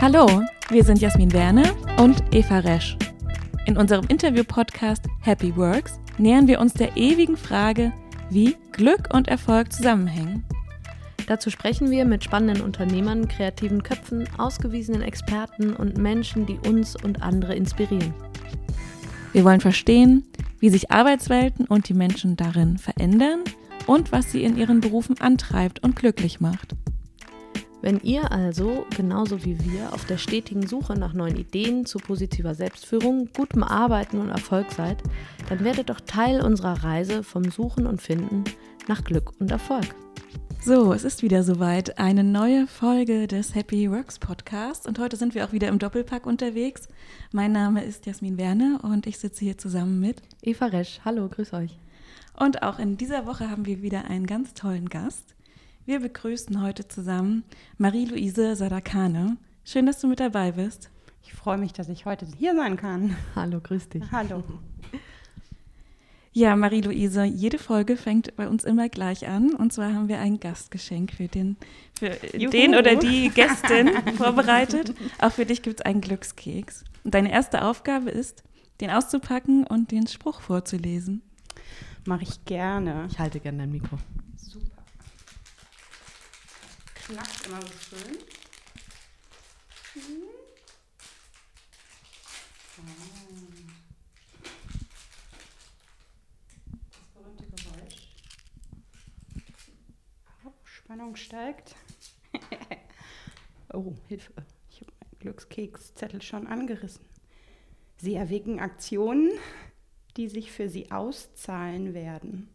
Hallo, wir sind Jasmin Werner und Eva Resch. In unserem Interview-Podcast Happy Works nähern wir uns der ewigen Frage, wie Glück und Erfolg zusammenhängen. Dazu sprechen wir mit spannenden Unternehmern, kreativen Köpfen, ausgewiesenen Experten und Menschen, die uns und andere inspirieren. Wir wollen verstehen, wie sich Arbeitswelten und die Menschen darin verändern und was sie in ihren Berufen antreibt und glücklich macht. Wenn ihr also, genauso wie wir, auf der stetigen Suche nach neuen Ideen zu positiver Selbstführung, gutem Arbeiten und Erfolg seid, dann werdet doch Teil unserer Reise vom Suchen und Finden nach Glück und Erfolg. So, es ist wieder soweit, eine neue Folge des Happy Works Podcasts und heute sind wir auch wieder im Doppelpack unterwegs. Mein Name ist Jasmin Werner und ich sitze hier zusammen mit Eva Resch. Hallo, grüß euch. Und auch in dieser Woche haben wir wieder einen ganz tollen Gast. Wir begrüßen heute zusammen Marie-Louise Sadakane. Schön, dass du mit dabei bist. Ich freue mich, dass ich heute hier sein kann. Hallo, grüß dich. Hallo. Ja, Marie-Louise, jede Folge fängt bei uns immer gleich an. Und zwar haben wir ein Gastgeschenk für den oder die Gästin vorbereitet. Auch für dich gibt es einen Glückskeks. Und deine erste Aufgabe ist, den auszupacken und den Spruch vorzulesen. Mache ich gerne. Ich halte gerne dein Mikro. Super. Knackt immer so schön. Das berühmte Geräusch. Oh, Spannung steigt. Oh, Hilfe. Ich habe meinen Glückskekszettel schon angerissen. Sie erwägen Aktionen, die sich für Sie auszahlen werden.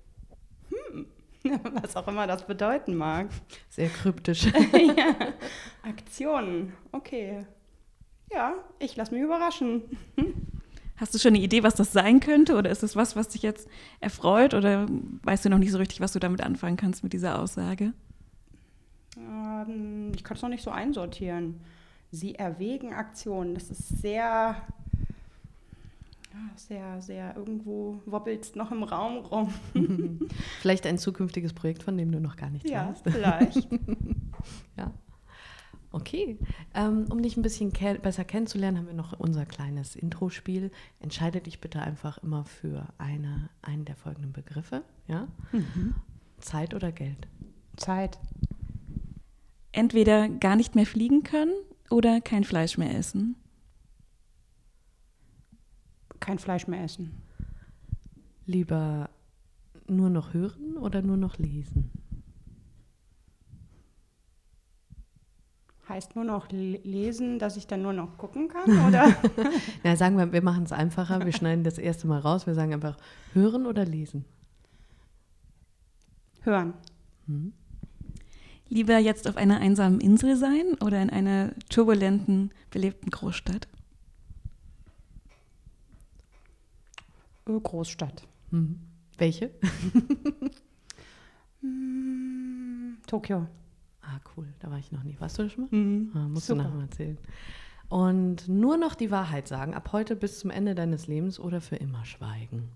Was auch immer das bedeuten mag. Sehr kryptisch. Ja. Aktionen, okay. Ja, ich lasse mich überraschen. Hast du schon eine Idee, was das sein könnte? Oder ist das was dich jetzt erfreut? Oder weißt du noch nicht so richtig, was du damit anfangen kannst mit dieser Aussage? Ich kann es noch nicht so einsortieren. Sie erwägen Aktionen. Das ist sehr, irgendwo wobbelt es noch im Raum rum. Vielleicht ein zukünftiges Projekt, von dem du noch gar nichts weißt. Ja, vielleicht. Ja. Okay, um dich ein bisschen besser kennenzulernen, haben wir noch unser kleines Intro-Spiel. Entscheide dich bitte einfach immer für einen der folgenden Begriffe. Ja? Zeit oder Geld? Zeit. Entweder gar nicht mehr fliegen können oder kein Fleisch mehr essen. Kein Fleisch mehr essen. Lieber nur noch hören oder nur noch lesen? Heißt nur noch lesen, dass ich dann nur noch gucken kann, oder? Ja, sagen wir machen es einfacher. Wir schneiden das erste Mal raus. Wir sagen einfach hören oder lesen? Hören. Lieber jetzt auf einer einsamen Insel sein oder in einer turbulenten, belebten Großstadt? Großstadt. Welche? Tokio. Ah, cool, da war ich noch nie. Warst du da schon mal? Musst Super. du nachher mal erzählen. Und nur noch die Wahrheit sagen, ab heute bis zum Ende deines Lebens oder für immer schweigen?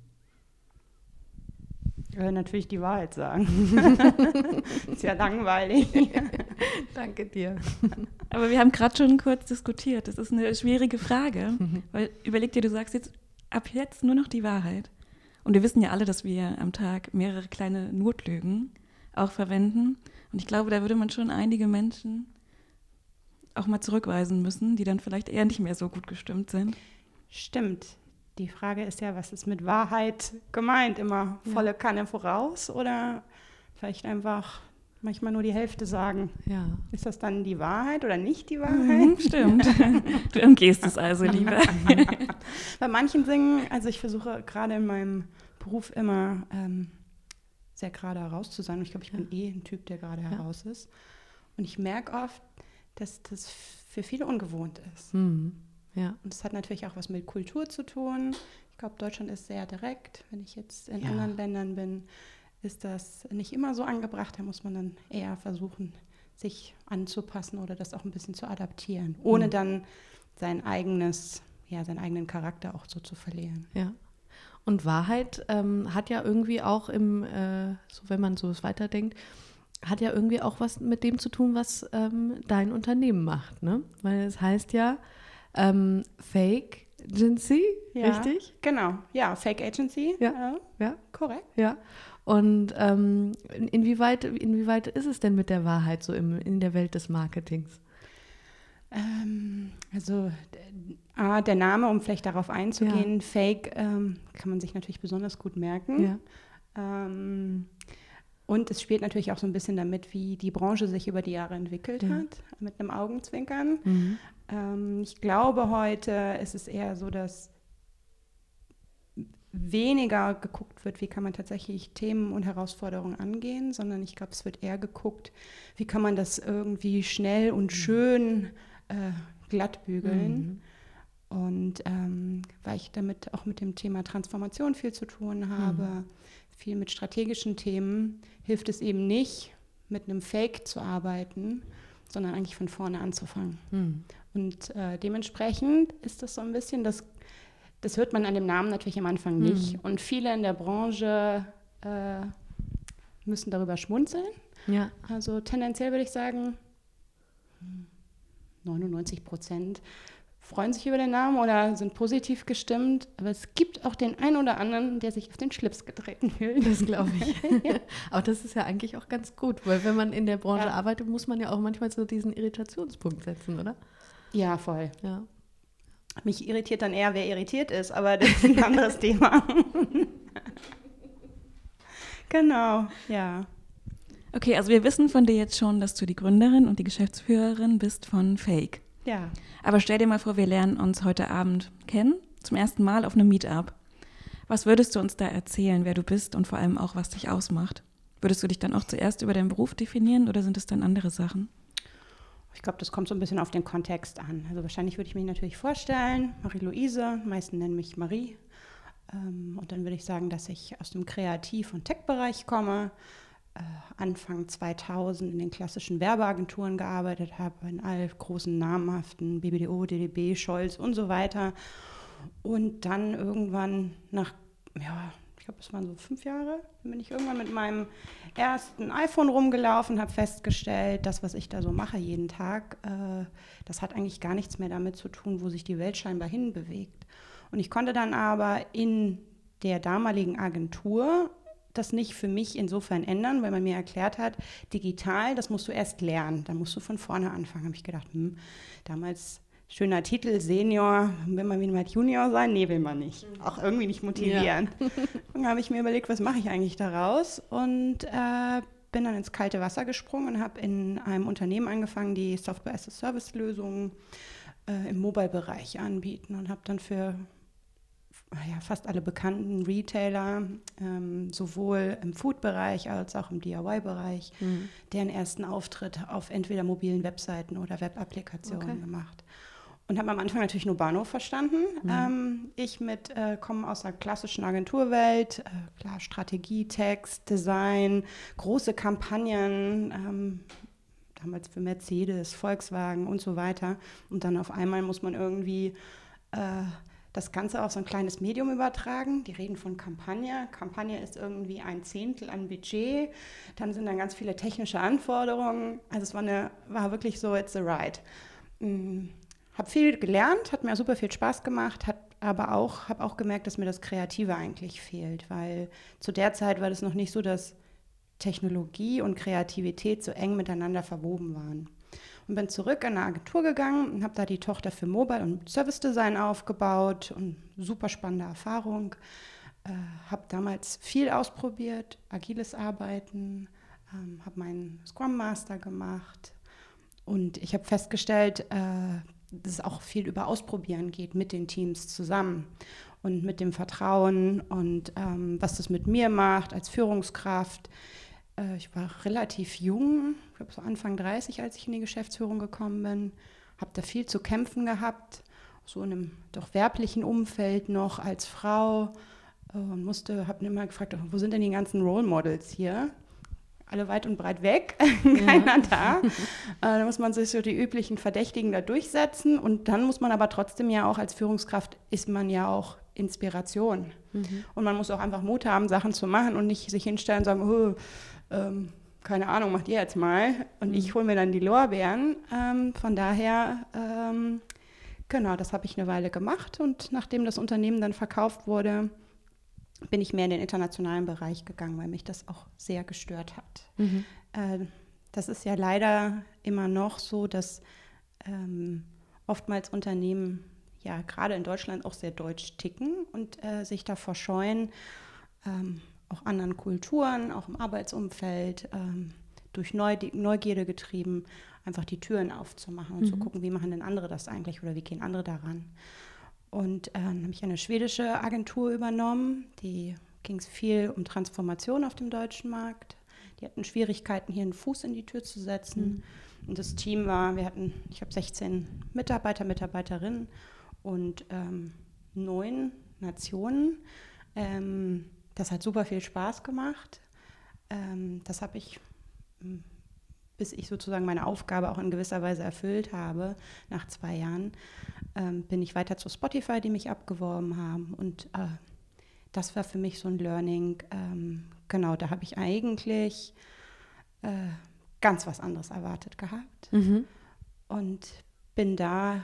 Natürlich die Wahrheit sagen. Ist ja langweilig. Danke dir. Aber wir haben gerade schon kurz diskutiert. Das ist eine schwierige Frage, weil überleg dir, du sagst jetzt ab jetzt nur noch die Wahrheit. Und wir wissen ja alle, dass wir am Tag mehrere kleine Notlügen auch verwenden. Und ich glaube, da würde man schon einige Menschen auch mal zurückweisen müssen, die dann vielleicht eher nicht mehr so gut gestimmt sind. Stimmt. Die Frage ist ja, was ist mit Wahrheit gemeint? Immer volle Kanne voraus oder vielleicht einfach manchmal nur die Hälfte sagen? Ja. Ist das dann die Wahrheit oder nicht die Wahrheit? Stimmt. Du umgehst es also lieber. Bei manchen Dingen, also ich versuche gerade in meinem Beruf immer sehr gerade heraus zu sein. Und ich glaube, ich bin ein Typ, der gerade heraus ist. Und ich merke oft, dass das für viele ungewohnt ist. Ja. Und das hat natürlich auch was mit Kultur zu tun. Ich glaube, Deutschland ist sehr direkt. Wenn ich jetzt in anderen Ländern bin, ist das nicht immer so angebracht. Da muss man dann eher versuchen, sich anzupassen oder das auch ein bisschen zu adaptieren, ohne dann seinen eigenen Charakter auch so zu verlieren. Ja. Und Wahrheit hat ja irgendwie auch so wenn man so es weiterdenkt, hat ja irgendwie auch was mit dem zu tun, was dein Unternehmen macht, ne? Weil es heißt ja Fake Agency, richtig? Genau, ja, Fake Agency, Ja. korrekt. Ja. Und inwieweit ist es denn mit der Wahrheit so in der Welt des Marketings? Also der Name, um vielleicht darauf einzugehen, Fake, kann man sich natürlich besonders gut merken. Ja. Und es spielt natürlich auch so ein bisschen damit, wie die Branche sich über die Jahre entwickelt hat, mit einem Augenzwinkern. Ich glaube, heute ist es eher so, dass weniger geguckt wird, wie kann man tatsächlich Themen und Herausforderungen angehen, sondern ich glaube, es wird eher geguckt, wie kann man das irgendwie schnell und schön glatt bügeln. Und weil ich damit auch mit dem Thema Transformation viel zu tun habe, viel mit strategischen Themen, hilft es eben nicht, mit einem Fake zu arbeiten, sondern eigentlich von vorne anzufangen. Und dementsprechend ist das so ein bisschen, das hört man an dem Namen natürlich am Anfang nicht. Und viele in der Branche müssen darüber schmunzeln. Ja. Also tendenziell würde ich sagen, 99% freuen sich über den Namen oder sind positiv gestimmt. Aber es gibt auch den einen oder anderen, der sich auf den Schlips getreten fühlt. Das glaube ich. Ja. Aber das ist ja eigentlich auch ganz gut, weil wenn man in der Branche arbeitet, muss man ja auch manchmal so diesen Irritationspunkt setzen, oder? Ja, voll. Ja. Mich irritiert dann eher, wer irritiert ist, aber das ist ein anderes Thema. Genau, ja. Okay, also wir wissen von dir jetzt schon, dass du die Gründerin und die Geschäftsführerin bist von Fake. Ja. Aber stell dir mal vor, wir lernen uns heute Abend kennen, zum ersten Mal auf einem Meetup. Was würdest du uns da erzählen, wer du bist und vor allem auch, was dich ausmacht? Würdest du dich dann auch zuerst über deinen Beruf definieren oder sind es dann andere Sachen? Ich glaube, das kommt so ein bisschen auf den Kontext an. Also wahrscheinlich würde ich mich natürlich vorstellen, Marie-Louise, die meisten nennen mich Marie. Und dann würde ich sagen, dass ich aus dem Kreativ- und Tech-Bereich komme, Anfang 2000 in den klassischen Werbeagenturen gearbeitet habe, in all großen namhaften BBDO, DDB, Scholz und so weiter. Und dann irgendwann nach, ich glaube, es waren so 5 Jahre, dann bin ich irgendwann mit meinem ersten iPhone rumgelaufen, habe festgestellt, das, was ich da so mache jeden Tag, das hat eigentlich gar nichts mehr damit zu tun, wo sich die Welt scheinbar hinbewegt. Und ich konnte dann aber in der damaligen Agentur das nicht für mich insofern ändern, weil man mir erklärt hat, digital, das musst du erst lernen, da musst du von vorne anfangen. Habe ich gedacht, damals schöner Titel, Senior, will man wieder mal Junior sein? Nee, will man nicht. Auch irgendwie nicht motivierend. Ja. Dann habe ich mir überlegt, was mache ich eigentlich daraus? Und bin dann ins kalte Wasser gesprungen und habe in einem Unternehmen angefangen, die Software-as-a-Service-Lösungen im Mobile-Bereich anbieten und habe dann für fast alle bekannten Retailer, sowohl im Food-Bereich als auch im DIY-Bereich, deren ersten Auftritt auf entweder mobilen Webseiten oder Web-Applikationen gemacht. Und habe am Anfang natürlich nur Bahnhof verstanden. Ich komme aus der klassischen Agenturwelt, klar Strategie, Text, Design, große Kampagnen, damals für Mercedes, Volkswagen und so weiter. Und dann auf einmal muss man irgendwie das Ganze auf so ein kleines Medium übertragen. Die reden von Kampagne. Kampagne ist irgendwie 1/10 an Budget. Dann sind dann ganz viele technische Anforderungen. Also es war wirklich so, it's a ride. Habe viel gelernt, hat mir super viel Spaß gemacht, habe auch gemerkt, dass mir das Kreative eigentlich fehlt, weil zu der Zeit war das noch nicht so, dass Technologie und Kreativität so eng miteinander verwoben waren. Und bin zurück in eine Agentur gegangen und habe da die Tochter für Mobile und Service Design aufgebaut und super spannende Erfahrung. Habe damals viel ausprobiert, agiles Arbeiten, habe meinen Scrum Master gemacht und ich habe festgestellt, dass es auch viel über Ausprobieren geht mit den Teams zusammen und mit dem Vertrauen und was das mit mir macht als Führungskraft. Ich war relativ jung, ich glaube so Anfang 30, als ich in die Geschäftsführung gekommen bin, habe da viel zu kämpfen gehabt, so in einem doch werblichen Umfeld noch als Frau und habe immer gefragt, wo sind denn die ganzen Role Models hier? Alle weit und breit weg, keiner da. Da muss man sich so die üblichen Verdächtigen da durchsetzen und dann muss man aber trotzdem ja auch als Führungskraft, ist man ja auch Inspiration. Und man muss auch einfach Mut haben, Sachen zu machen und nicht sich hinstellen und sagen, keine Ahnung, macht ihr jetzt mal. Und ich hole mir dann die Lorbeeren. Von daher, genau, das habe ich eine Weile gemacht. Und nachdem das Unternehmen dann verkauft wurde, bin ich mehr in den internationalen Bereich gegangen, weil mich das auch sehr gestört hat. Das ist ja leider immer noch so, dass oftmals Unternehmen, ja gerade in Deutschland, auch sehr deutsch ticken und sich davor scheuen, auch anderen Kulturen, auch im Arbeitsumfeld, durch Neugierde getrieben, einfach die Türen aufzumachen und zu gucken, wie machen denn andere das eigentlich oder wie gehen andere daran. Und dann habe ich eine schwedische Agentur übernommen, die ging es viel um Transformation auf dem deutschen Markt. Die hatten Schwierigkeiten, hier einen Fuß in die Tür zu setzen. Und das Team war, ich habe 16 Mitarbeiter, Mitarbeiterinnen und 9 Nationen. Das hat super viel Spaß gemacht. Das habe ich, bis ich sozusagen meine Aufgabe auch in gewisser Weise erfüllt habe, nach 2 Jahren, bin ich weiter zu Spotify, die mich abgeworben haben. Und das war für mich so ein Learning. Genau, da habe ich eigentlich ganz was anderes erwartet gehabt. Und bin da,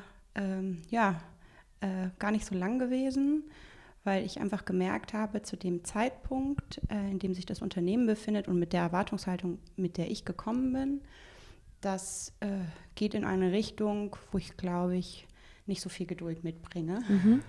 gar nicht so lang gewesen, weil ich einfach gemerkt habe, zu dem Zeitpunkt, in dem sich das Unternehmen befindet und mit der Erwartungshaltung, mit der ich gekommen bin, das geht in eine Richtung, wo ich, glaube ich, nicht so viel Geduld mitbringe.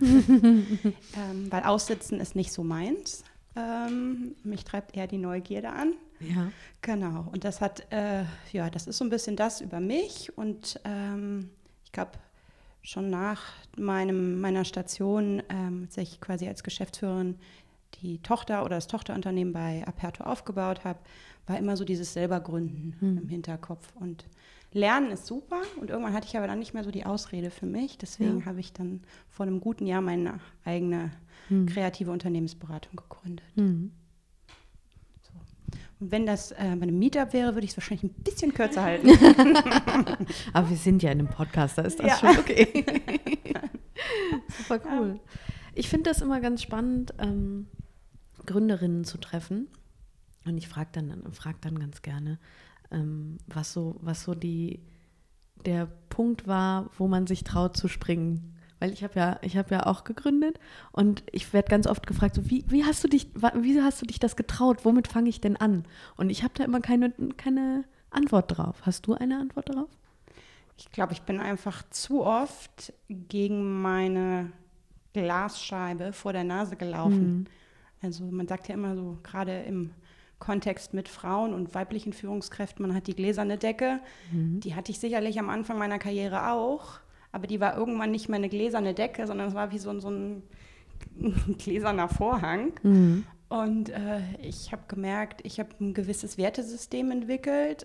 Weil Aussitzen ist nicht so meins. Mich treibt eher die Neugierde an. Ja. Genau. Und das hat, das ist so ein bisschen das über mich. Und ich glaube, schon nach meiner Station, als ich quasi als Geschäftsführerin die Tochter oder das Tochterunternehmen bei Aperto aufgebaut habe, war immer so dieses Selbergründen im Hinterkopf. Und Lernen ist super und irgendwann hatte ich aber dann nicht mehr so die Ausrede für mich. Deswegen habe ich dann vor einem guten Jahr meine eigene kreative Unternehmensberatung gegründet. So. Und wenn das bei einem Meetup wäre, würde ich es wahrscheinlich ein bisschen kürzer halten. Aber wir sind ja in einem Podcast, da ist das schon okay. Super cool. Ja. Ich finde das immer ganz spannend, Gründerinnen zu treffen. Und ich frage dann ganz gerne, was so der Punkt war, wo man sich traut zu springen. Weil ich habe ja auch gegründet und ich werde ganz oft gefragt, so, wie hast du dich das getraut? Womit fange ich denn an? Und ich habe da immer keine Antwort drauf. Hast du eine Antwort darauf? Ich glaube, ich bin einfach zu oft gegen meine Glasscheibe vor der Nase gelaufen. Also man sagt ja immer so, gerade im Kontext mit Frauen und weiblichen Führungskräften, man hat die gläserne Decke. Die hatte ich sicherlich am Anfang meiner Karriere auch. Aber die war irgendwann nicht mehr eine gläserne Decke, sondern es war wie so ein gläserner Vorhang. Und ich habe gemerkt, ich habe ein gewisses Wertesystem entwickelt.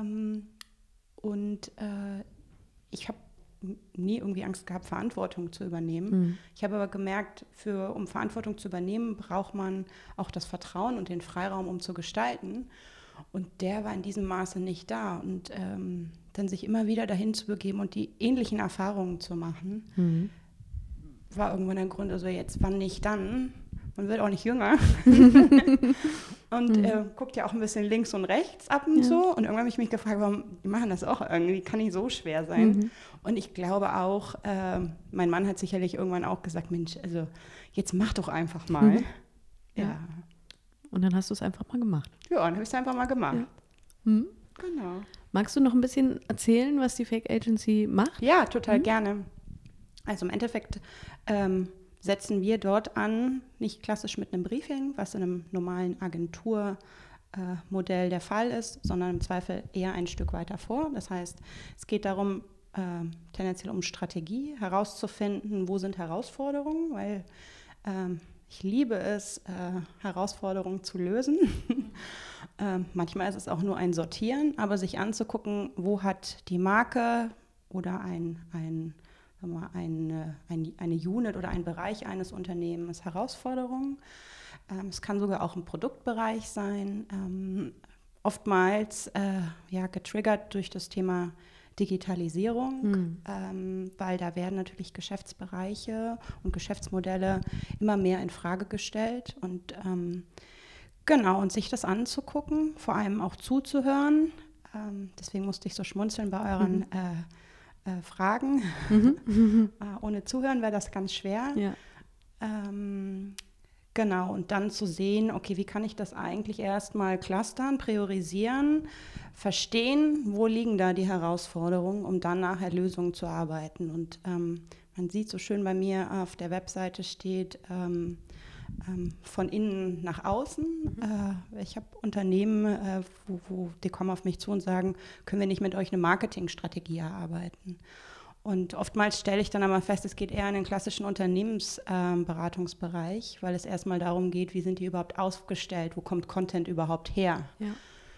Ich habe nie irgendwie Angst gehabt, Verantwortung zu übernehmen. Ich habe aber gemerkt, um Verantwortung zu übernehmen, braucht man auch das Vertrauen und den Freiraum, um zu gestalten. Und der war in diesem Maße nicht da. Und dann sich immer wieder dahin zu begeben und die ähnlichen Erfahrungen zu machen, war irgendwann der Grund, also jetzt, wann nicht dann? Man wird auch nicht jünger. Und guckt ja auch ein bisschen links und rechts ab und so. Und irgendwann habe ich mich gefragt, warum die machen das auch irgendwie, kann nicht so schwer sein. Und ich glaube auch, mein Mann hat sicherlich irgendwann auch gesagt, Mensch, also jetzt mach doch einfach mal. Ja. Und dann hast du es einfach mal gemacht. Ja, dann habe ich es einfach mal gemacht. Ja. Genau. Magst du noch ein bisschen erzählen, was die Fake Agency macht? Ja, total gerne. Also im Endeffekt setzen wir dort an, nicht klassisch mit einem Briefing, was in einem normalen Agenturmodell der Fall ist, sondern im Zweifel eher ein Stück weiter vor. Das heißt, es geht darum, tendenziell um Strategie, herauszufinden, wo sind Herausforderungen, weil ich liebe es, Herausforderungen zu lösen. Manchmal ist es auch nur ein Sortieren, aber sich anzugucken, wo hat die Marke oder eine Unit oder ein Bereich eines Unternehmens Herausforderungen. Es kann sogar auch ein Produktbereich sein. Oftmals getriggert durch das Thema Digitalisierung, weil da werden natürlich Geschäftsbereiche und Geschäftsmodelle immer mehr in Frage gestellt und Genau, und sich das anzugucken, vor allem auch zuzuhören. Deswegen musste ich so schmunzeln bei euren Fragen. Ohne Zuhören wäre das ganz schwer. Ja. Genau, und dann zu sehen, okay, wie kann ich das eigentlich erstmal clustern, priorisieren, verstehen, wo liegen da die Herausforderungen, um dann nachher Lösungen zu arbeiten. Und man sieht so schön bei mir auf der Webseite steht, von innen nach außen. Ich habe Unternehmen, die kommen auf mich zu und sagen, können wir nicht mit euch eine Marketingstrategie erarbeiten? Und oftmals stelle ich dann aber fest, es geht eher in den klassischen Unternehmensberatungsbereich, weil es erstmal darum geht, wie sind die überhaupt aufgestellt, wo kommt Content überhaupt her? Ja.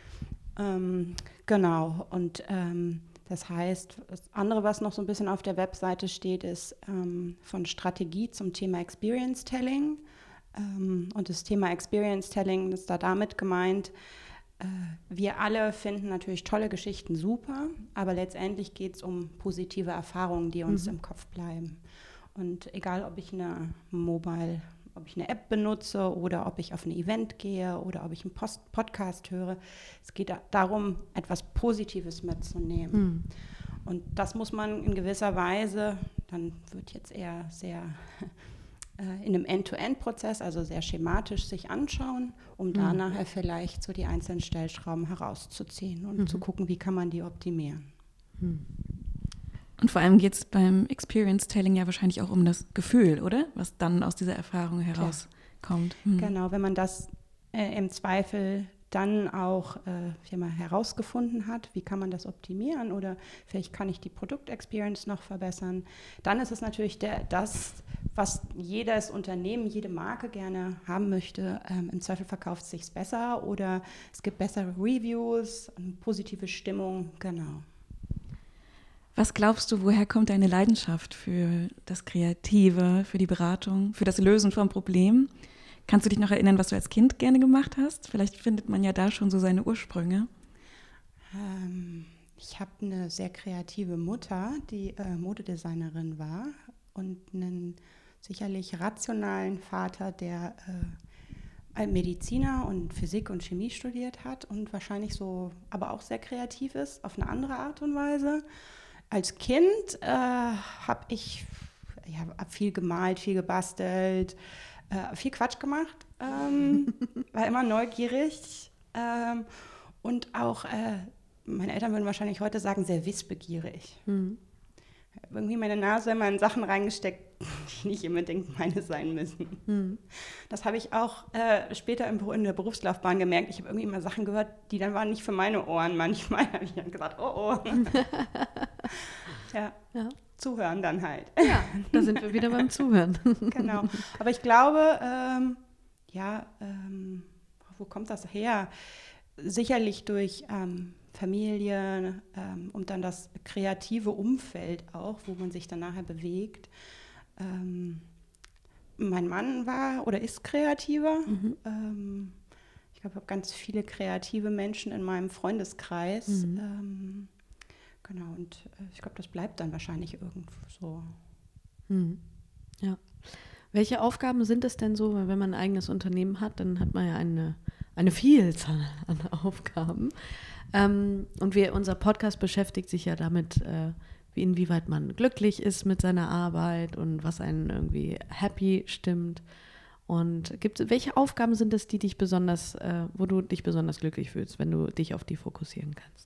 Genau, und das heißt, das andere, was noch so ein bisschen auf der Webseite steht, ist von Strategie zum Thema Experience Telling. Und das Thema Experience Telling ist da damit gemeint, wir alle finden natürlich tolle Geschichten super, aber letztendlich geht es um positive Erfahrungen, die uns im Kopf bleiben. Und egal, ob ich eine App benutze oder ob ich auf ein Event gehe oder ob ich einen Podcast höre, es geht darum, etwas Positives mitzunehmen. Und das muss man in gewisser Weise, dann wird jetzt eher sehr in einem End-to-End-Prozess, also sehr schematisch sich anschauen, um da nachher vielleicht so die einzelnen Stellschrauben herauszuziehen und zu gucken, wie kann man die optimieren. Und vor allem geht es beim Experience-Telling ja wahrscheinlich auch um das Gefühl, oder? Was dann aus dieser Erfahrung herauskommt. Genau, wenn man das im Zweifel dann auch herausgefunden hat, wie kann man das optimieren oder vielleicht kann ich die Produkt-Experience noch verbessern, dann ist es natürlich das, was jedes Unternehmen, jede Marke gerne haben möchte. Im Zweifel verkauft es sich besser oder es gibt bessere Reviews, positive Stimmung, genau. Was glaubst du, woher kommt deine Leidenschaft für das Kreative, für die Beratung, für das Lösen von Problemen? Kannst du dich noch erinnern, was du als Kind gerne gemacht hast? Vielleicht findet man ja da schon so seine Ursprünge. Ich habe eine sehr kreative Mutter, die Modedesignerin war und einen sicherlich rationalen Vater, der Mediziner und Physik und Chemie studiert hat und wahrscheinlich so, aber auch sehr kreativ ist, auf eine andere Art und Weise. Als Kind habe ich viel gemalt, viel gebastelt, viel Quatsch gemacht, war immer neugierig und auch, meine Eltern würden wahrscheinlich heute sagen, sehr wissbegierig. Irgendwie meine Nase immer in Sachen reingesteckt, die nicht unbedingt meine sein müssen. Das habe ich auch später in der Berufslaufbahn gemerkt. Ich habe irgendwie immer Sachen gehört, die dann waren nicht für meine Ohren. Manchmal habe ich dann gesagt, oh. Ja. Zuhören dann halt. Ja, da sind wir wieder beim Zuhören. Genau. Aber ich glaube, wo kommt das her? Sicherlich durch Familie und dann das kreative Umfeld auch, wo man sich dann nachher bewegt. Mein Mann war oder ist kreativer. Ich glaube, ich habe ganz viele kreative Menschen in meinem Freundeskreis. Genau, und ich glaube, das bleibt dann wahrscheinlich irgendwo so. Ja. Welche Aufgaben sind es denn so? Weil wenn man ein eigenes Unternehmen hat, dann hat man ja eine Vielzahl an Aufgaben. Und unser Podcast beschäftigt sich ja damit, inwieweit man glücklich ist mit seiner Arbeit und was einen irgendwie happy stimmt. Und welche Aufgaben sind es, die dich wo du dich besonders glücklich fühlst, wenn du dich auf die fokussieren kannst?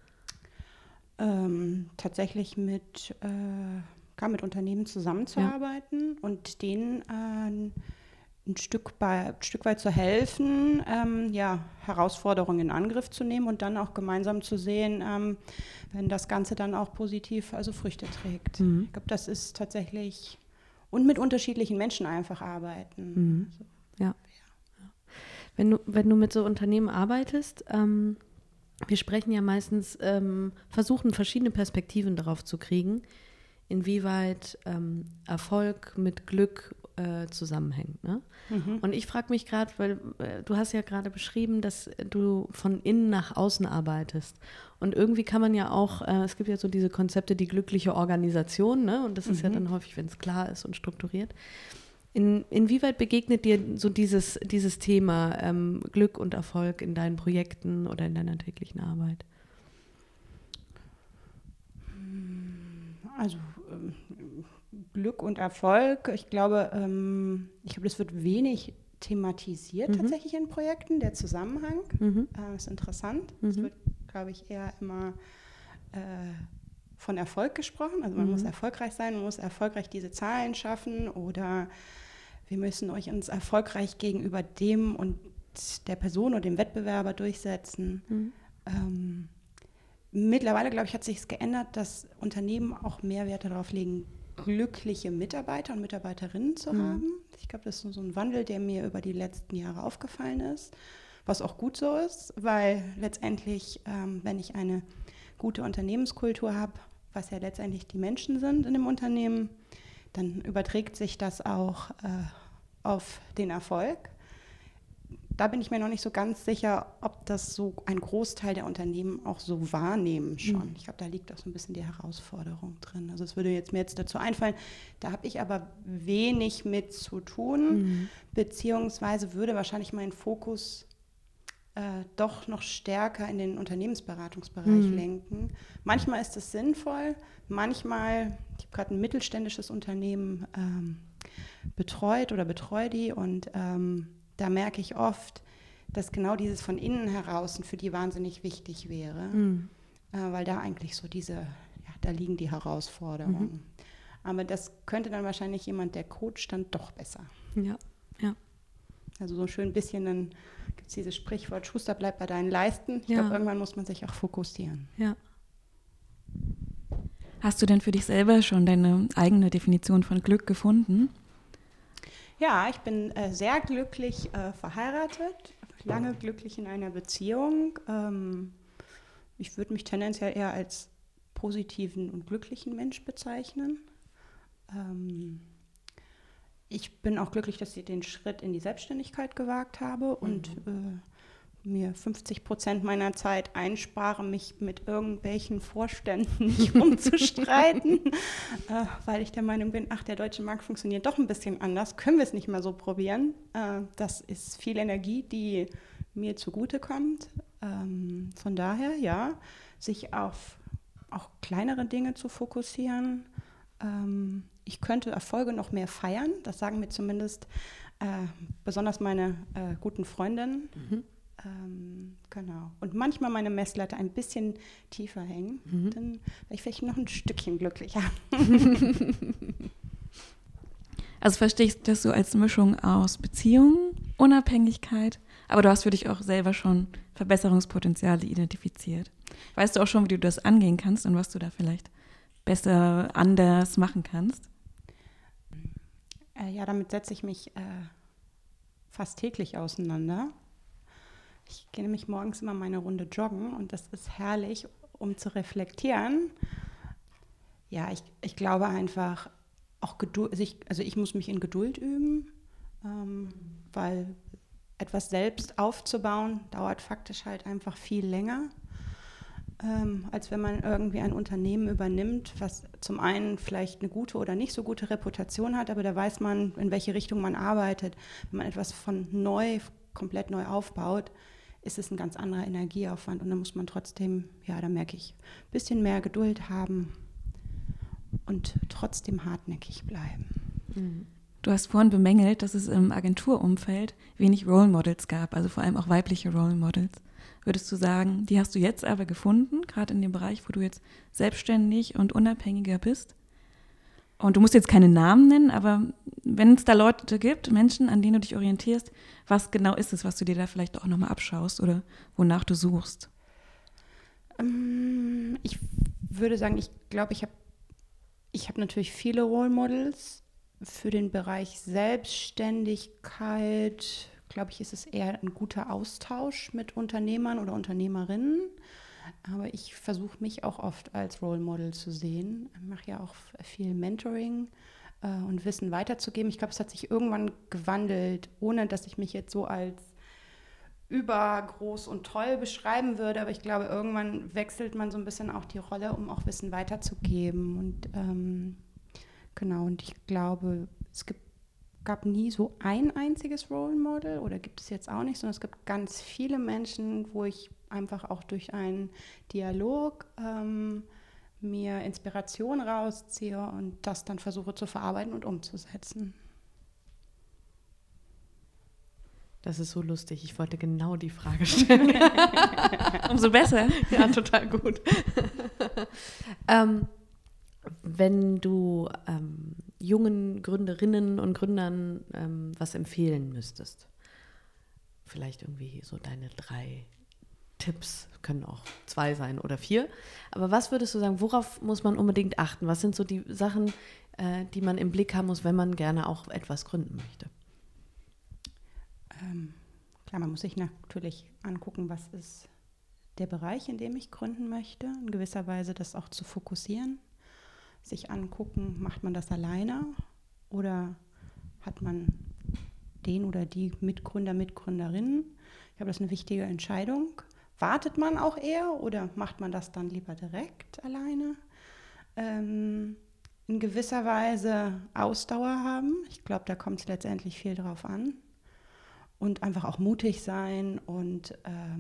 Tatsächlich mit Unternehmen zusammenzuarbeiten und denen ein Stück weit zu helfen, Herausforderungen in Angriff zu nehmen und dann auch gemeinsam zu sehen, wenn das Ganze dann auch positiv Früchte trägt. Ich glaube, das ist tatsächlich, und mit unterschiedlichen Menschen einfach arbeiten. Ja. Wenn du mit so Unternehmen arbeitest, wir sprechen ja meistens, versuchen verschiedene Perspektiven darauf zu kriegen, inwieweit Erfolg mit Glück zusammenhängt. Ne? Und ich frage mich gerade, weil du hast ja gerade beschrieben, dass du von innen nach außen arbeitest. Und irgendwie kann man ja auch, es gibt ja so diese Konzepte, die glückliche Organisation, ne? Und das ist ja dann häufig, wenn es klar ist und strukturiert. Inwieweit begegnet dir so dieses Thema Glück und Erfolg in deinen Projekten oder in deiner täglichen Arbeit? Also Glück und Erfolg, ich glaube, das wird wenig thematisiert tatsächlich in Projekten, der Zusammenhang. Ist interessant. Es wird, glaube ich, eher immer von Erfolg gesprochen. Also man muss erfolgreich sein, man muss erfolgreich diese Zahlen schaffen oder wir müssen uns erfolgreich gegenüber dem und der Person oder dem Wettbewerber durchsetzen. Mittlerweile, glaube ich, hat sich es geändert, dass Unternehmen auch mehr Wert darauf legen, glückliche Mitarbeiter und Mitarbeiterinnen zu haben. Ich glaube, das ist so ein Wandel, der mir über die letzten Jahre aufgefallen ist, was auch gut so ist, weil letztendlich, wenn ich eine gute Unternehmenskultur habe, was ja letztendlich die Menschen sind in dem Unternehmen, dann überträgt sich das auch auf den Erfolg. Da bin ich mir noch nicht so ganz sicher, ob das so ein Großteil der Unternehmen auch so wahrnehmen schon. Ich glaube, da liegt auch so ein bisschen die Herausforderung drin. Also es würde mir jetzt dazu einfallen, da habe ich aber wenig mit zu tun, beziehungsweise würde wahrscheinlich mein Fokus doch noch stärker in den Unternehmensberatungsbereich lenken. Manchmal ist es sinnvoll, manchmal, ich habe gerade ein mittelständisches Unternehmen betreut oder betreue die und da merke ich oft, dass genau dieses von innen heraus für die wahnsinnig wichtig wäre, weil da eigentlich so da liegen die Herausforderungen. Aber das könnte dann wahrscheinlich jemand, der coacht, dann doch besser. Ja. Also so schön ein bisschen, dann gibt es dieses Sprichwort, Schuster bleibt bei deinen Leisten. Ich glaube, irgendwann muss man sich auch fokussieren. Ja. Hast du denn für dich selber schon deine eigene Definition von Glück gefunden? Ja, ich bin sehr glücklich verheiratet, lange glücklich in einer Beziehung. Ich würde mich tendenziell eher als positiven und glücklichen Mensch bezeichnen. Ich bin auch glücklich, dass ich den Schritt in die Selbstständigkeit gewagt habe und mir 50% meiner Zeit einspare, mich mit irgendwelchen Vorständen nicht rumzustreiten, weil ich der Meinung bin, der deutsche Markt funktioniert doch ein bisschen anders, können wir es nicht mehr so probieren. Das ist viel Energie, die mir zugutekommt. Von daher, ja, sich auf auch kleinere Dinge zu fokussieren. Ich könnte Erfolge noch mehr feiern, das sagen mir zumindest besonders meine guten Freundinnen. Genau. Und manchmal meine Messlatte ein bisschen tiefer hängen, dann wäre ich vielleicht noch ein Stückchen glücklicher. Also verstehst du das so als Mischung aus Beziehung, Unabhängigkeit, aber du hast für dich auch selber schon Verbesserungspotenziale identifiziert. Weißt du auch schon, wie du das angehen kannst und was du da vielleicht besser anders machen kannst? Ja, damit setze ich mich fast täglich auseinander. Ich gehe nämlich morgens immer meine Runde joggen und das ist herrlich, um zu reflektieren. Ja, ich glaube einfach, auch Geduld, also ich muss mich in Geduld üben, weil etwas selbst aufzubauen dauert faktisch halt einfach viel länger, als wenn man irgendwie ein Unternehmen übernimmt, was zum einen vielleicht eine gute oder nicht so gute Reputation hat, aber da weiß man, in welche Richtung man arbeitet. Wenn man etwas komplett neu aufbaut, ist es ein ganz anderer Energieaufwand und dann muss man trotzdem, da merke ich, ein bisschen mehr Geduld haben und trotzdem hartnäckig bleiben. Du hast vorhin bemängelt, dass es im Agenturumfeld wenig Role Models gab, also vor allem auch weibliche Role Models. Würdest du sagen, die hast du jetzt aber gefunden, gerade in dem Bereich, wo du jetzt selbstständig und unabhängiger bist? Und du musst jetzt keine Namen nennen, aber wenn es da Leute gibt, Menschen, an denen du dich orientierst, was genau ist es, was du dir da vielleicht auch nochmal abschaust oder wonach du suchst? Ich würde sagen, ich glaube, ich habe natürlich viele Role Models. Für den Bereich Selbstständigkeit, glaube ich, ist es eher ein guter Austausch mit Unternehmern oder Unternehmerinnen. Aber ich versuche mich auch oft als Role Model zu sehen. Ich mache ja auch viel Mentoring und Wissen weiterzugeben. Ich glaube, es hat sich irgendwann gewandelt, ohne dass ich mich jetzt so als übergroß und toll beschreiben würde. Aber ich glaube, irgendwann wechselt man so ein bisschen auch die Rolle, um auch Wissen weiterzugeben. Und genau, und ich glaube, es gibt gab nie so ein einziges Role Model oder gibt es jetzt auch nicht, sondern es gibt ganz viele Menschen, wo ich einfach auch durch einen Dialog mir Inspiration rausziehe und das dann versuche zu verarbeiten und umzusetzen. Das ist so lustig. Ich wollte genau die Frage stellen. Umso besser. Ja, total gut. Wenn du jungen Gründerinnen und Gründern was empfehlen müsstest, vielleicht irgendwie so deine 3 Tipps, können auch 2 sein oder 4, aber was würdest du sagen, worauf muss man unbedingt achten? Was sind so die Sachen, die man im Blick haben muss, wenn man gerne auch etwas gründen möchte? Klar, man muss sich natürlich angucken, was ist der Bereich, in dem ich gründen möchte, in gewisser Weise das auch zu fokussieren, sich angucken, macht man das alleine oder hat man den oder die Mitgründer, Mitgründerinnen? Ich glaube, das ist eine wichtige Entscheidung. Wartet man auch eher oder macht man das dann lieber direkt alleine? In gewisser Weise Ausdauer haben. Ich glaube, da kommt es letztendlich viel drauf an. Und einfach auch mutig sein und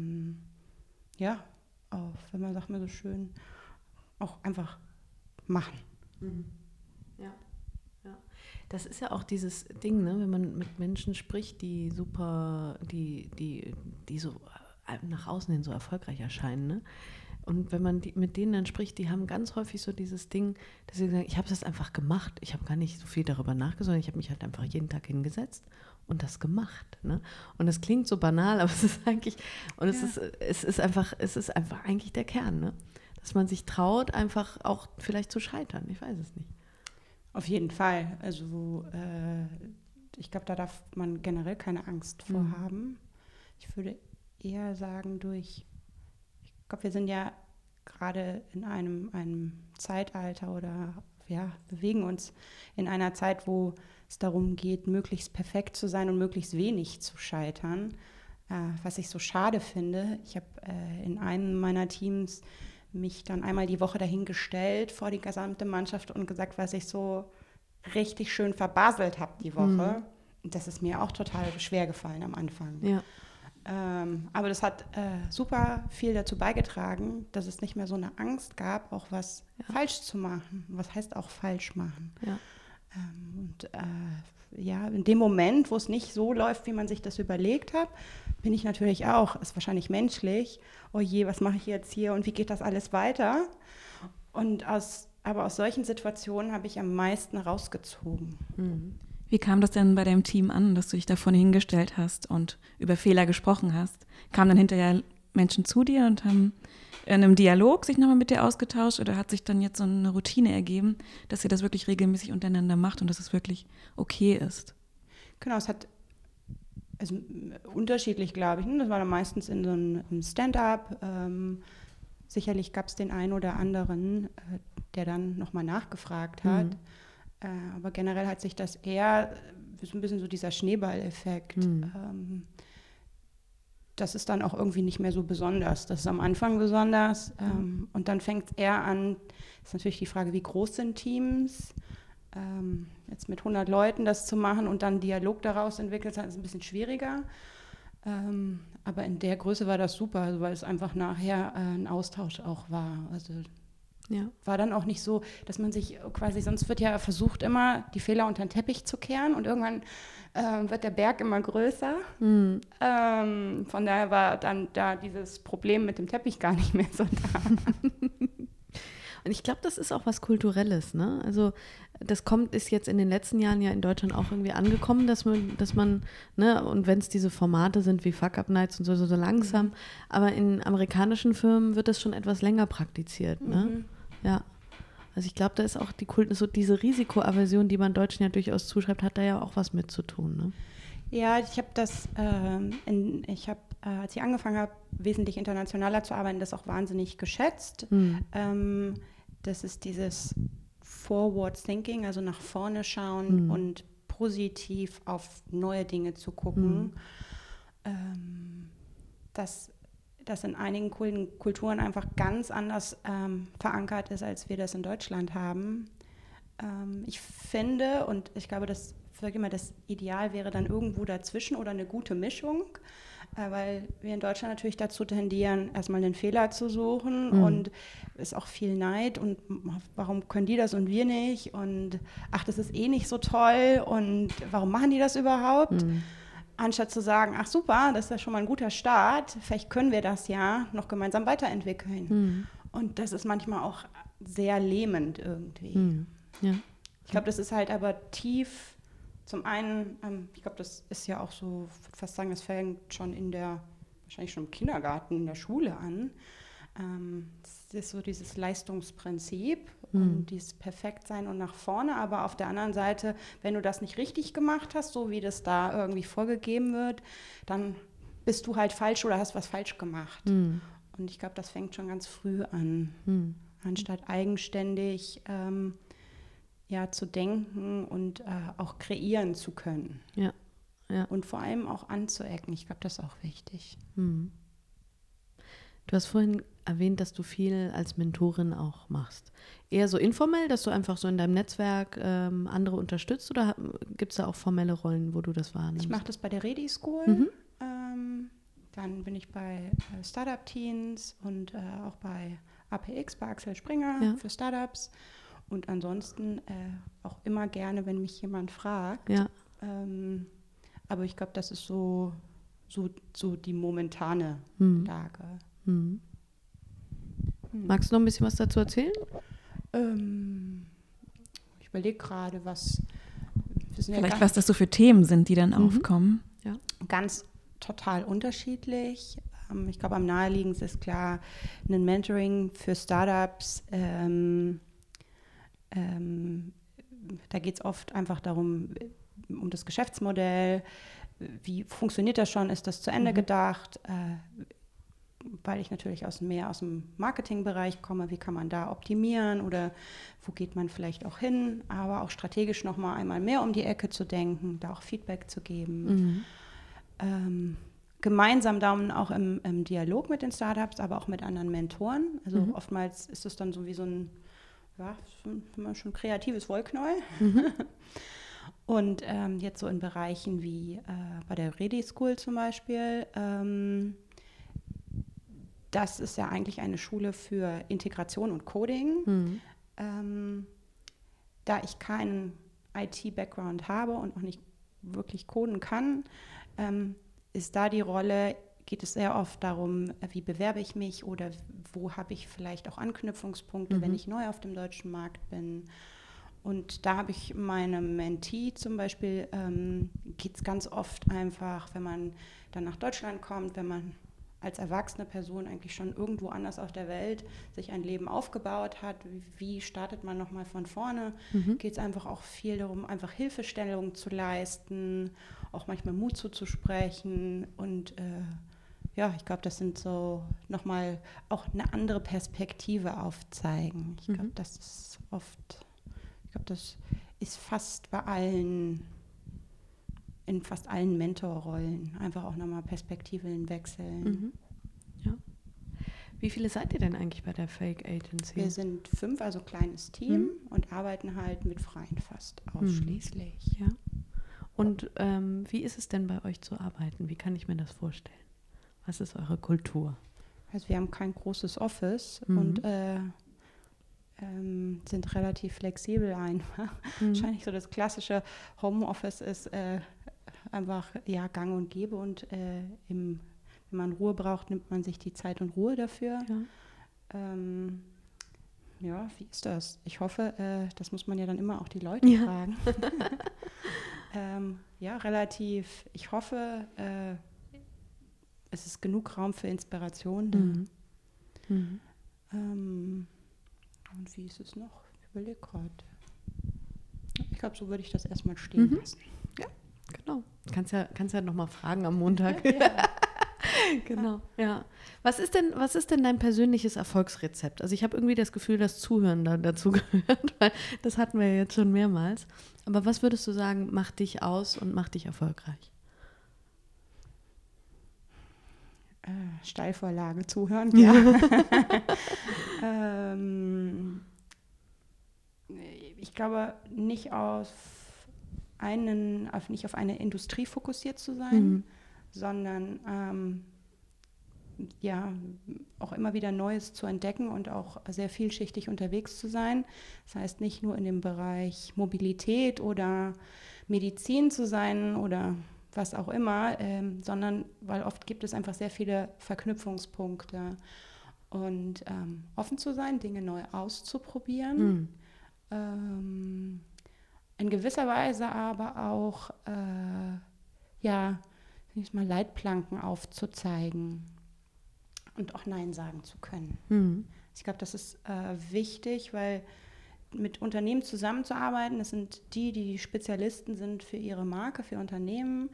auch, wenn man sagt mir so schön, auch einfach machen. Mhm. Ja. Das ist ja auch dieses Ding, ne? Wenn man mit Menschen spricht, die super, die so nach außen hin so erfolgreich erscheinen, ne? Und wenn man mit denen dann spricht, die haben ganz häufig so dieses Ding, dass sie sagen, ich habe das einfach gemacht, ich habe gar nicht so viel darüber nachgedacht, ich habe mich halt einfach jeden Tag hingesetzt und das gemacht, ne? Und das klingt so banal, aber es ist eigentlich, und es ist einfach eigentlich der Kern, ne? Dass man sich traut, einfach auch vielleicht zu scheitern, ich weiß es nicht. Auf jeden Fall, also ich glaube, da darf man generell keine Angst vor haben. Ich würde eher sagen, ich glaube, wir sind ja gerade in einem Zeitalter oder bewegen uns in einer Zeit, wo es darum geht, möglichst perfekt zu sein und möglichst wenig zu scheitern. Was ich so schade finde, ich habe in einem meiner Teams mich dann einmal die Woche dahingestellt vor die gesamte Mannschaft und gesagt, was ich so richtig schön verbaselt habe die Woche. Und das ist mir auch total schwer gefallen am Anfang. Ja. Aber das hat super viel dazu beigetragen, dass es nicht mehr so eine Angst gab, auch was falsch zu machen. Was heißt auch falsch machen? Ja. In dem Moment, wo es nicht so läuft, wie man sich das überlegt hat, bin ich natürlich auch, ist wahrscheinlich menschlich, oh je, was mache ich jetzt hier und wie geht das alles weiter? Aber aus solchen Situationen habe ich am meisten rausgezogen. Wie kam das denn bei deinem Team an, dass du dich da vorne hingestellt hast und über Fehler gesprochen hast? Kamen dann hinterher Menschen zu dir und haben in einem Dialog sich nochmal mit dir ausgetauscht oder hat sich dann jetzt so eine Routine ergeben, dass ihr das wirklich regelmäßig untereinander macht und dass es wirklich okay ist? Genau, es hat unterschiedlich, glaube ich. Das war dann meistens in so einem Stand-up. Sicherlich gab es den einen oder anderen, der dann nochmal nachgefragt hat. Aber generell hat sich das eher so ein bisschen so dieser Schneeballeffekt. Das ist dann auch irgendwie nicht mehr so besonders. Das ist am Anfang besonders. Und dann fängt es eher an, ist natürlich die Frage, wie groß sind Teams? Jetzt mit 100 Leuten das zu machen und dann Dialog daraus entwickelt, ist ein bisschen schwieriger. Aber in der Größe war das super, weil es einfach nachher ein Austausch auch war. Also war dann auch nicht so, dass man sich quasi, sonst wird ja versucht immer, die Fehler unter den Teppich zu kehren und irgendwann wird der Berg immer größer. Von daher war dann da dieses Problem mit dem Teppich gar nicht mehr so da. Und ich glaube, das ist auch was Kulturelles, ne? Also ist jetzt in den letzten Jahren ja in Deutschland auch irgendwie angekommen, dass man, ne, und wenn es diese Formate sind wie Fuck-Up-Nights und so langsam, aber in amerikanischen Firmen wird das schon etwas länger praktiziert, ne? Ja. Also ich glaube, da ist auch so diese Risikoaversion, die man Deutschen ja durchaus zuschreibt, hat da ja auch was mit zu tun, ne? Ja, ich habe das, als ich angefangen habe, wesentlich internationaler zu arbeiten, das auch wahnsinnig geschätzt. Das ist dieses Forward Thinking, also nach vorne schauen und positiv auf neue Dinge zu gucken. Dass das in einigen Kulturen einfach ganz anders verankert ist, als wir das in Deutschland haben. Ich finde, und ich glaube, das sage immer, das Ideal wäre dann irgendwo dazwischen oder eine gute Mischung, weil wir in Deutschland natürlich dazu tendieren, erstmal einen Fehler zu suchen und es ist auch viel Neid und warum können die das und wir nicht und ach, das ist eh nicht so toll und warum machen die das überhaupt? Anstatt zu sagen, ach super, das ist ja schon mal ein guter Start, vielleicht können wir das ja noch gemeinsam weiterentwickeln. Und das ist manchmal auch sehr lähmend irgendwie. Ja. Ich glaube, das ist halt aber tief. Zum einen, ich glaube, das ist ja auch so, ich würde fast sagen, das fängt schon wahrscheinlich schon im Kindergarten, in der Schule an. Das ist so dieses Leistungsprinzip und dieses Perfektsein und nach vorne. Aber auf der anderen Seite, wenn du das nicht richtig gemacht hast, so wie das da irgendwie vorgegeben wird, dann bist du halt falsch oder hast was falsch gemacht. Und ich glaube, das fängt schon ganz früh an, anstatt eigenständig zu denken und auch kreieren zu können. Ja. Und vor allem auch anzuecken. Ich glaube, das ist auch wichtig. Du hast vorhin erwähnt, dass du viel als Mentorin auch machst. Eher so informell, dass du einfach so in deinem Netzwerk andere unterstützt oder gibt es da auch formelle Rollen, wo du das wahrnimmst? Ich mache das bei der Redi School. Dann bin ich bei Startup-Teens und auch bei APX, bei Axel Springer für Startups. Und ansonsten auch immer gerne, wenn mich jemand fragt. Ja. Aber ich glaube, das ist so die momentane Lage. Magst du noch ein bisschen was dazu erzählen? Ich überlege gerade, was was das so für Themen sind, die dann aufkommen. Ja. Ganz total unterschiedlich. Ich glaube, am naheliegendsten ist klar ein Mentoring für Startups. Da geht es oft einfach darum, um das Geschäftsmodell, wie funktioniert das schon, ist das zu Ende gedacht, weil ich natürlich mehr aus dem Marketingbereich komme, wie kann man da optimieren oder wo geht man vielleicht auch hin, aber auch strategisch nochmal einmal mehr um die Ecke zu denken, da auch Feedback zu geben. Gemeinsam dann auch im Dialog mit den Startups, aber auch mit anderen Mentoren. Also oftmals ist es dann so wie so ein schon kreatives Wollknäuel. Und jetzt so in Bereichen wie bei der Redi School zum Beispiel, das ist ja eigentlich eine Schule für Integration und Coding. Da ich keinen IT-Background habe und noch nicht wirklich coden kann, ist da die Rolle, geht es sehr oft darum, wie bewerbe ich mich oder wo habe ich vielleicht auch Anknüpfungspunkte, wenn ich neu auf dem deutschen Markt bin. Und da habe ich meine Mentee zum Beispiel, geht es ganz oft einfach, wenn man dann nach Deutschland kommt, wenn man als erwachsene Person eigentlich schon irgendwo anders auf der Welt sich ein Leben aufgebaut hat, wie startet man nochmal von vorne, geht es einfach auch viel darum, einfach Hilfestellung zu leisten, auch manchmal Mut zuzusprechen und ich glaube, das sind so nochmal auch eine andere Perspektive aufzeigen. Ich glaube, das ist das ist fast in fast allen Mentorrollen einfach auch nochmal Perspektiven wechseln. Ja. Wie viele seid ihr denn eigentlich bei der Fake Agency? Wir sind 5, also kleines Team und arbeiten halt mit Freien fast ausschließlich. Ja. Und wie ist es denn bei euch zu arbeiten? Wie kann ich mir das vorstellen? Was ist eure Kultur? Also wir haben kein großes Office und sind relativ flexibel einfach. Wahrscheinlich so das klassische Homeoffice ist einfach gang und gäbe und wenn man Ruhe braucht, nimmt man sich die Zeit und Ruhe dafür. Ja. Wie ist das? Ich hoffe, das muss man ja dann immer auch die Leute fragen. Relativ. Ich hoffe, es ist genug Raum für Inspiration da. Und wie ist es noch? Ich überlege gerade. Ich glaube, so würde ich das erstmal stehen lassen. Ja, genau. Kannst ja nochmal fragen am Montag. Genau, ja. Was ist denn dein persönliches Erfolgsrezept? Also ich habe irgendwie das Gefühl, dass Zuhören dazu gehört, weil das hatten wir ja jetzt schon mehrmals. Aber was würdest du sagen, macht dich aus und macht dich erfolgreich? Steilvorlage zuhören, ja. Ich glaube, nicht auf nicht auf eine Industrie fokussiert zu sein, sondern auch immer wieder Neues zu entdecken und auch sehr vielschichtig unterwegs zu sein. Das heißt, nicht nur in dem Bereich Mobilität oder Medizin zu sein oder was auch immer, sondern weil oft gibt es einfach sehr viele Verknüpfungspunkte. Und offen zu sein, Dinge neu auszuprobieren. In gewisser Weise aber auch Leitplanken aufzuzeigen und auch Nein sagen zu können. Ich glaube, das ist wichtig, weil mit Unternehmen zusammenzuarbeiten, das sind die Spezialisten sind für ihre Marke, für Unternehmen.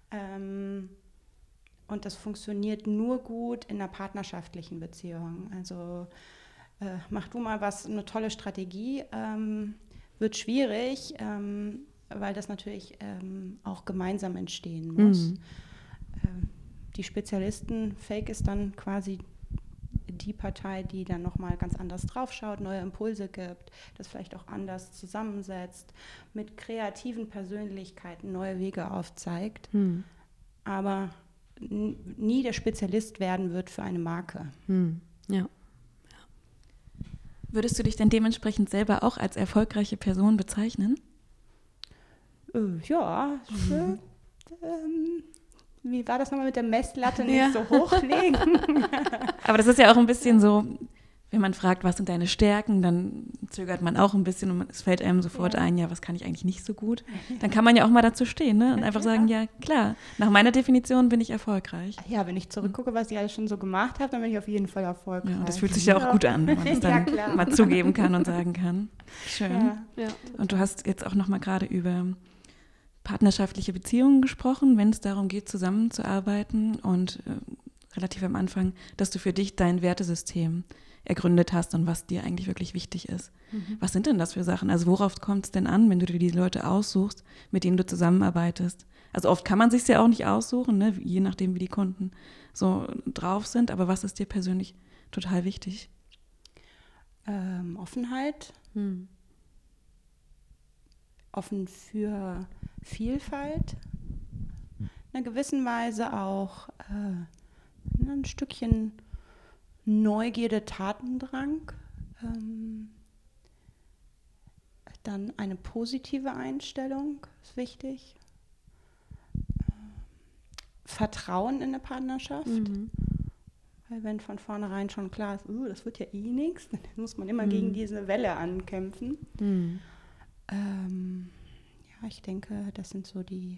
Und das funktioniert nur gut in einer partnerschaftlichen Beziehung. Also mach du mal was, eine tolle Strategie, wird schwierig, weil das natürlich auch gemeinsam entstehen muss. Die Spezialisten, Fake ist dann quasi die Partei, die dann nochmal ganz anders draufschaut, neue Impulse gibt, das vielleicht auch anders zusammensetzt, mit kreativen Persönlichkeiten neue Wege aufzeigt, aber nie der Spezialist werden wird für eine Marke. Ja. Würdest du dich denn dementsprechend selber auch als erfolgreiche Person bezeichnen? Ja, wie war das nochmal mit der Messlatte nicht so hochlegen? Aber das ist ja auch ein bisschen so, wenn man fragt, was sind deine Stärken, dann zögert man auch ein bisschen und es fällt einem sofort ein, ja, was kann ich eigentlich nicht so gut? Dann kann man ja auch mal dazu stehen, ne? Und einfach sagen, ja, klar, nach meiner Definition bin ich erfolgreich. Ja, wenn ich zurückgucke, was ich alles schon so gemacht habe, dann bin ich auf jeden Fall erfolgreich. Ja, und das fühlt sich ja auch gut an, wenn man es dann mal zugeben kann und sagen kann. Schön. Ja. Und du hast jetzt auch noch mal gerade über partnerschaftliche Beziehungen gesprochen, wenn es darum geht, zusammenzuarbeiten und relativ am Anfang, dass du für dich dein Wertesystem ergründet hast und was dir eigentlich wirklich wichtig ist. Was sind denn das für Sachen? Also worauf kommt es denn an, wenn du dir die Leute aussuchst, mit denen du zusammenarbeitest? Also oft kann man sich ja auch nicht aussuchen, ne? Je nachdem, wie die Kunden so drauf sind. Aber was ist dir persönlich total wichtig? Offenheit. Offen für Vielfalt. In einer gewissen Weise auch ein Stückchen Neugierde, Tatendrang. Dann eine positive Einstellung ist wichtig. Vertrauen in eine Partnerschaft. Weil wenn von vornherein schon klar ist, das wird ja eh nichts, dann muss man immer gegen diese Welle ankämpfen. Ich denke, das sind so die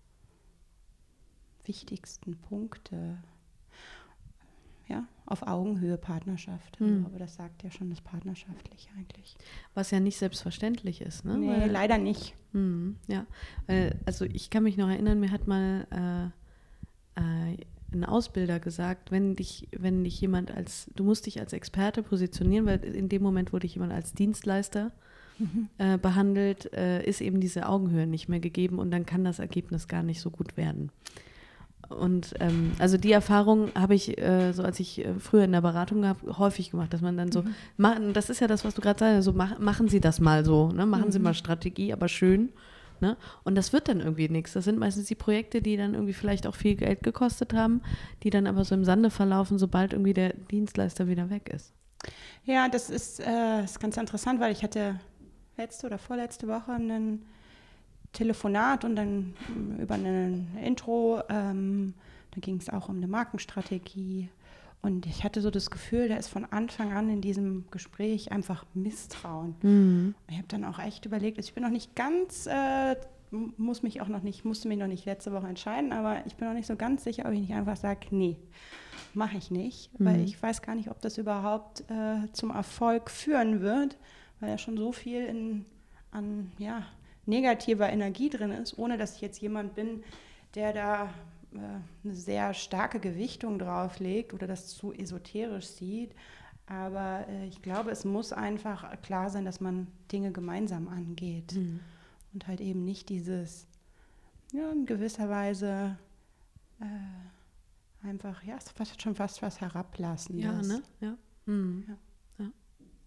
wichtigsten Punkte. Ja, auf Augenhöhe Partnerschaft. Aber das sagt ja schon das Partnerschaftliche eigentlich. Was ja nicht selbstverständlich ist, ne? Nee, leider nicht. Ja, also ich kann mich noch erinnern, mir hat mal ein Ausbilder gesagt, wenn dich jemand du musst dich als Experte positionieren, weil in dem Moment, wo dich jemand als Dienstleister behandelt, ist eben diese Augenhöhe nicht mehr gegeben und dann kann das Ergebnis gar nicht so gut werden. Und also die Erfahrung habe ich, so als ich früher in der Beratung habe, häufig gemacht, dass man dann so, das ist ja das, was du gerade sagst, so machen Sie das mal so, ne? Machen Sie mal Strategie, aber schön. Ne? Und das wird dann irgendwie nichts. Das sind meistens die Projekte, die dann irgendwie vielleicht auch viel Geld gekostet haben, die dann aber so im Sande verlaufen, sobald irgendwie der Dienstleister wieder weg ist. Ja, das ist ganz interessant, weil ich hatte letzte oder vorletzte Woche ein Telefonat und dann über ein Intro, da ging es auch um eine Markenstrategie und ich hatte so das Gefühl, da ist von Anfang an in diesem Gespräch einfach Misstrauen. Ich habe dann auch echt überlegt, ich bin noch nicht ganz, musste mich noch nicht letzte Woche entscheiden, aber ich bin noch nicht so ganz sicher, ob ich nicht einfach sage, nee, mache ich nicht, weil ich weiß gar nicht, ob das überhaupt zum Erfolg führen wird, weil ja schon so viel an negativer Energie drin ist, ohne dass ich jetzt jemand bin, der da eine sehr starke Gewichtung drauf legt oder das zu esoterisch sieht. Aber ich glaube, es muss einfach klar sein, dass man Dinge gemeinsam angeht und halt eben nicht dieses, in gewisser Weise einfach, schon fast was Herablassendes. Ja, ne? Ja. Ja.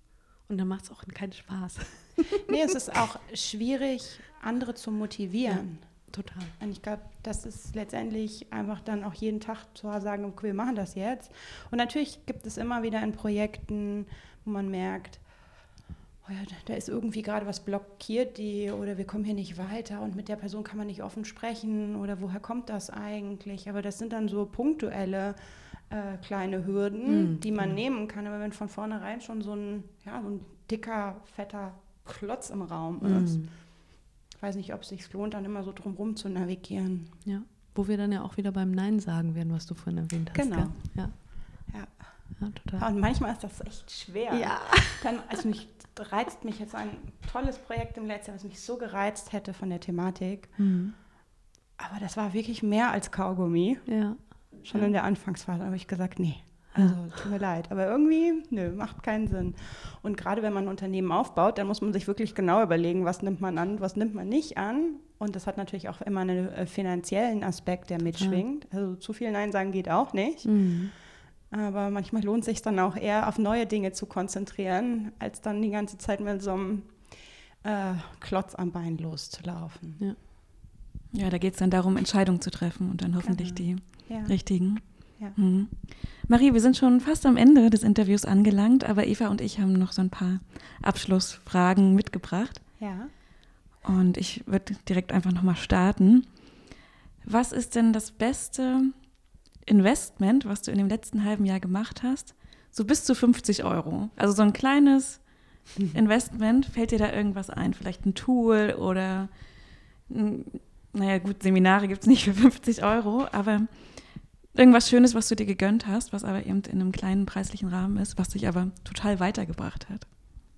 Und dann macht es auch keinen Spaß. Nee, es ist auch schwierig, andere zu motivieren. Ja, total. Und ich glaube, das ist letztendlich einfach dann auch jeden Tag zu sagen, okay, wir machen das jetzt. Und natürlich gibt es immer wieder in Projekten, wo man merkt, oh ja, da ist irgendwie gerade was blockiert, oder wir kommen hier nicht weiter und mit der Person kann man nicht offen sprechen oder woher kommt das eigentlich? Aber das sind dann so punktuelle kleine Hürden, die man nehmen kann. Aber wenn von vornherein schon so ein dicker, fetter Klotz im Raum ist, ich weiß nicht, ob es sich lohnt, dann immer so drumherum zu navigieren. Ja, wo wir dann ja auch wieder beim Nein sagen werden, was du vorhin erwähnt hast. Genau. Gell? Ja. Ja, total. Und manchmal ist das echt schwer. Ja. Also mich reizt mich jetzt ein tolles Projekt im letzten Jahr, was mich so gereizt hätte von der Thematik. Aber das war wirklich mehr als Kaugummi. Ja. Schon in der Anfangsphase habe ich gesagt, nee, also tut mir leid. Aber irgendwie, macht keinen Sinn. Und gerade wenn man ein Unternehmen aufbaut, dann muss man sich wirklich genau überlegen, was nimmt man an, was nimmt man nicht an. Und das hat natürlich auch immer einen finanziellen Aspekt, der mitschwingt. Also zu viel Nein sagen geht auch nicht. Aber manchmal lohnt es sich dann auch eher auf neue Dinge zu konzentrieren, als dann die ganze Zeit mit so einem Klotz am Bein loszulaufen. Ja. Ja, da geht es dann darum, Entscheidungen zu treffen und dann hoffentlich die richtigen. Ja. Marie, wir sind schon fast am Ende des Interviews angelangt, aber Eva und ich haben noch so ein paar Abschlussfragen mitgebracht. Ja. Und ich würde direkt einfach nochmal starten. Was ist denn das beste Investment, was du in dem letzten halben Jahr gemacht hast? So bis zu 50 €. Also so ein kleines Investment. Fällt dir da irgendwas ein? Vielleicht ein Tool oder, naja gut, Seminare gibt es nicht für 50 €, aber irgendwas Schönes, was du dir gegönnt hast, was aber eben in einem kleinen preislichen Rahmen ist, was dich aber total weitergebracht hat.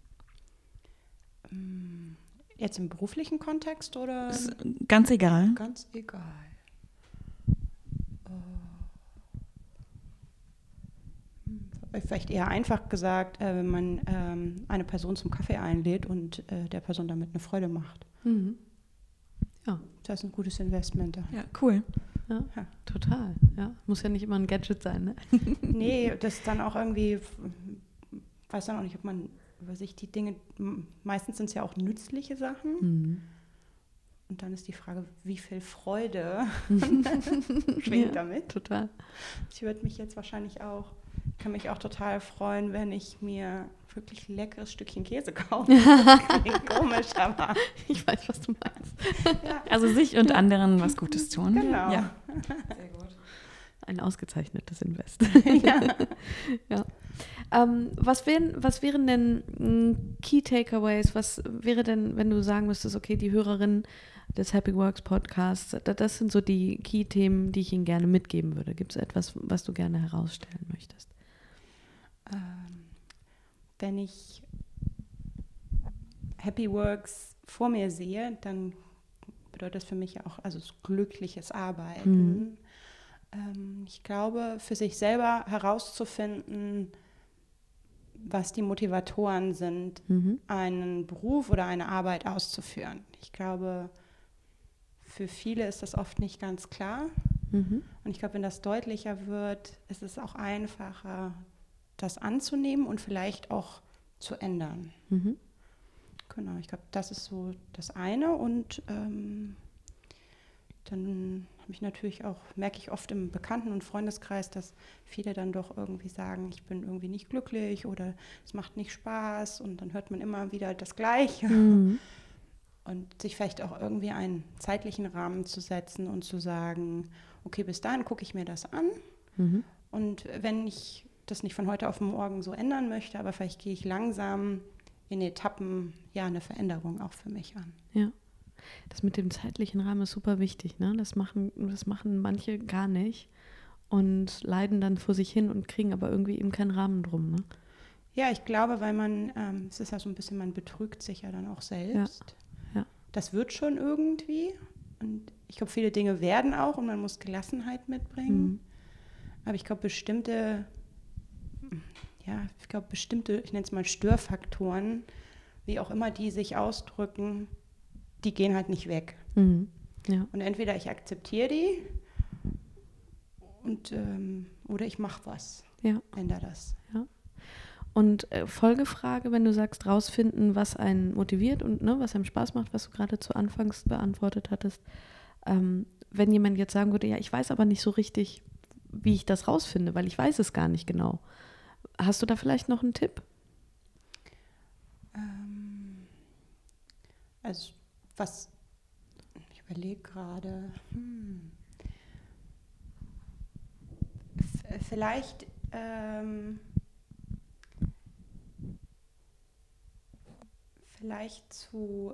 Jetzt im beruflichen Kontext oder? Ist ganz egal. Ganz egal. Vielleicht eher einfach gesagt, wenn man eine Person zum Kaffee einlädt und der Person damit eine Freude macht. Ja. Das ist ein gutes Investment. Ja, cool. Ja, total. Ja, muss ja nicht immer ein Gadget sein, ne? Nee, das ist dann auch irgendwie, weiß dann auch nicht, ob man über sich die Dinge, meistens sind es ja auch nützliche Sachen. Und dann ist die Frage, wie viel Freude schwingt damit. Total. Ich würde mich jetzt wahrscheinlich auch, kann mich auch total freuen, wenn ich mir wirklich leckeres Stückchen Käse kaufe. Klingt komisch, aber ich weiß, was du meinst. ja. Also sich und anderen was Gutes tun. Genau. Ja. Sehr gut. Ein ausgezeichnetes Invest. Ja. Ja. Was wären denn Key Takeaways? Was wäre denn, wenn du sagen müsstest, okay, die Hörerinnen des Happy Works Podcasts, das sind so die Key-Themen, die ich Ihnen gerne mitgeben würde. Gibt es etwas, was du gerne herausstellen möchtest? Wenn ich Happy Works vor mir sehe, dann bedeutet das für mich ja auch glückliches Arbeiten. Ich glaube, für sich selber herauszufinden, was die Motivatoren sind, einen Beruf oder eine Arbeit auszuführen. Ich glaube, für viele ist das oft nicht ganz klar. Und ich glaube, wenn das deutlicher wird, ist es auch einfacher, das anzunehmen und vielleicht auch zu ändern. Genau, ich glaube, das ist so das eine. Und dann habe ich natürlich auch, merke ich oft im Bekannten- und Freundeskreis, dass viele dann doch irgendwie sagen, ich bin irgendwie nicht glücklich oder es macht nicht Spaß und dann hört man immer wieder das Gleiche. Und sich vielleicht auch irgendwie einen zeitlichen Rahmen zu setzen und zu sagen, okay, bis dahin gucke ich mir das an. Und wenn ich das nicht von heute auf morgen so ändern möchte, aber vielleicht gehe ich langsam in Etappen eine Veränderung auch für mich an. Ja. Das mit dem zeitlichen Rahmen ist super wichtig, ne? Das machen manche gar nicht und leiden dann vor sich hin und kriegen aber irgendwie eben keinen Rahmen drum, ne? Ja, ich glaube, weil man, es ist ja so ein bisschen, man betrügt sich ja dann auch selbst. Ja. Das wird schon irgendwie und ich glaube, viele Dinge werden auch und man muss Gelassenheit mitbringen. Aber ich glaube, bestimmte, ich nenne es mal Störfaktoren, wie auch immer die sich ausdrücken, die gehen halt nicht weg. Ja. Und entweder ich akzeptiere die oder ich mache was, Ja. ändere das. Ja. Und Folgefrage, wenn du sagst, rausfinden, was einen motiviert und was einem Spaß macht, was du gerade zu Anfangs beantwortet hattest. Wenn jemand jetzt sagen würde, ja, ich weiß aber nicht so richtig, wie ich das rausfinde, weil ich weiß es gar nicht genau. Hast du da vielleicht noch einen Tipp? Also ich überlege gerade, vielleicht zu,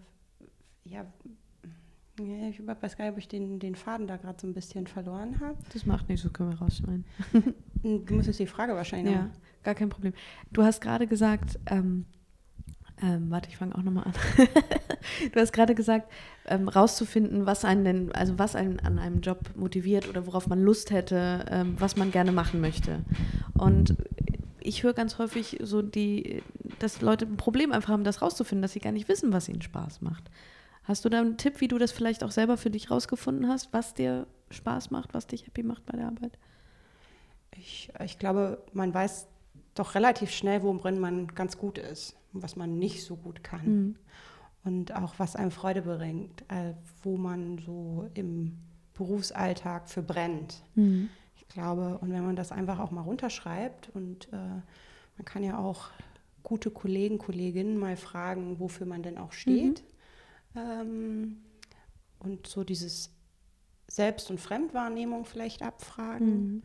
ich weiß gar nicht, ob ich den Faden da gerade so ein bisschen verloren habe. Das macht nichts, das können wir rausschneiden. Du musstest die Frage wahrscheinlich Ja, gar kein Problem. Du hast gerade gesagt, warte, ich fange auch nochmal an. Du hast gerade gesagt, rauszufinden, was einen an einem Job motiviert oder worauf man Lust hätte, was man gerne machen möchte. Und ich höre ganz häufig so dass Leute ein Problem einfach haben, das rauszufinden, dass sie gar nicht wissen, was ihnen Spaß macht. Hast du da einen Tipp, wie du das vielleicht auch selber für dich rausgefunden hast, was dir Spaß macht, was dich happy macht bei der Arbeit? Ich glaube, man weiß doch relativ schnell, worin man ganz gut ist und was man nicht so gut kann. Mhm. Und auch, was einem Freude bringt, wo man so im Berufsalltag für brennt. Mhm. Ich glaube, und wenn man das einfach auch mal runterschreibt und man kann ja auch gute Kollegen, Kolleginnen mal fragen, wofür man denn auch steht. Und so dieses Selbst- und Fremdwahrnehmung vielleicht abfragen,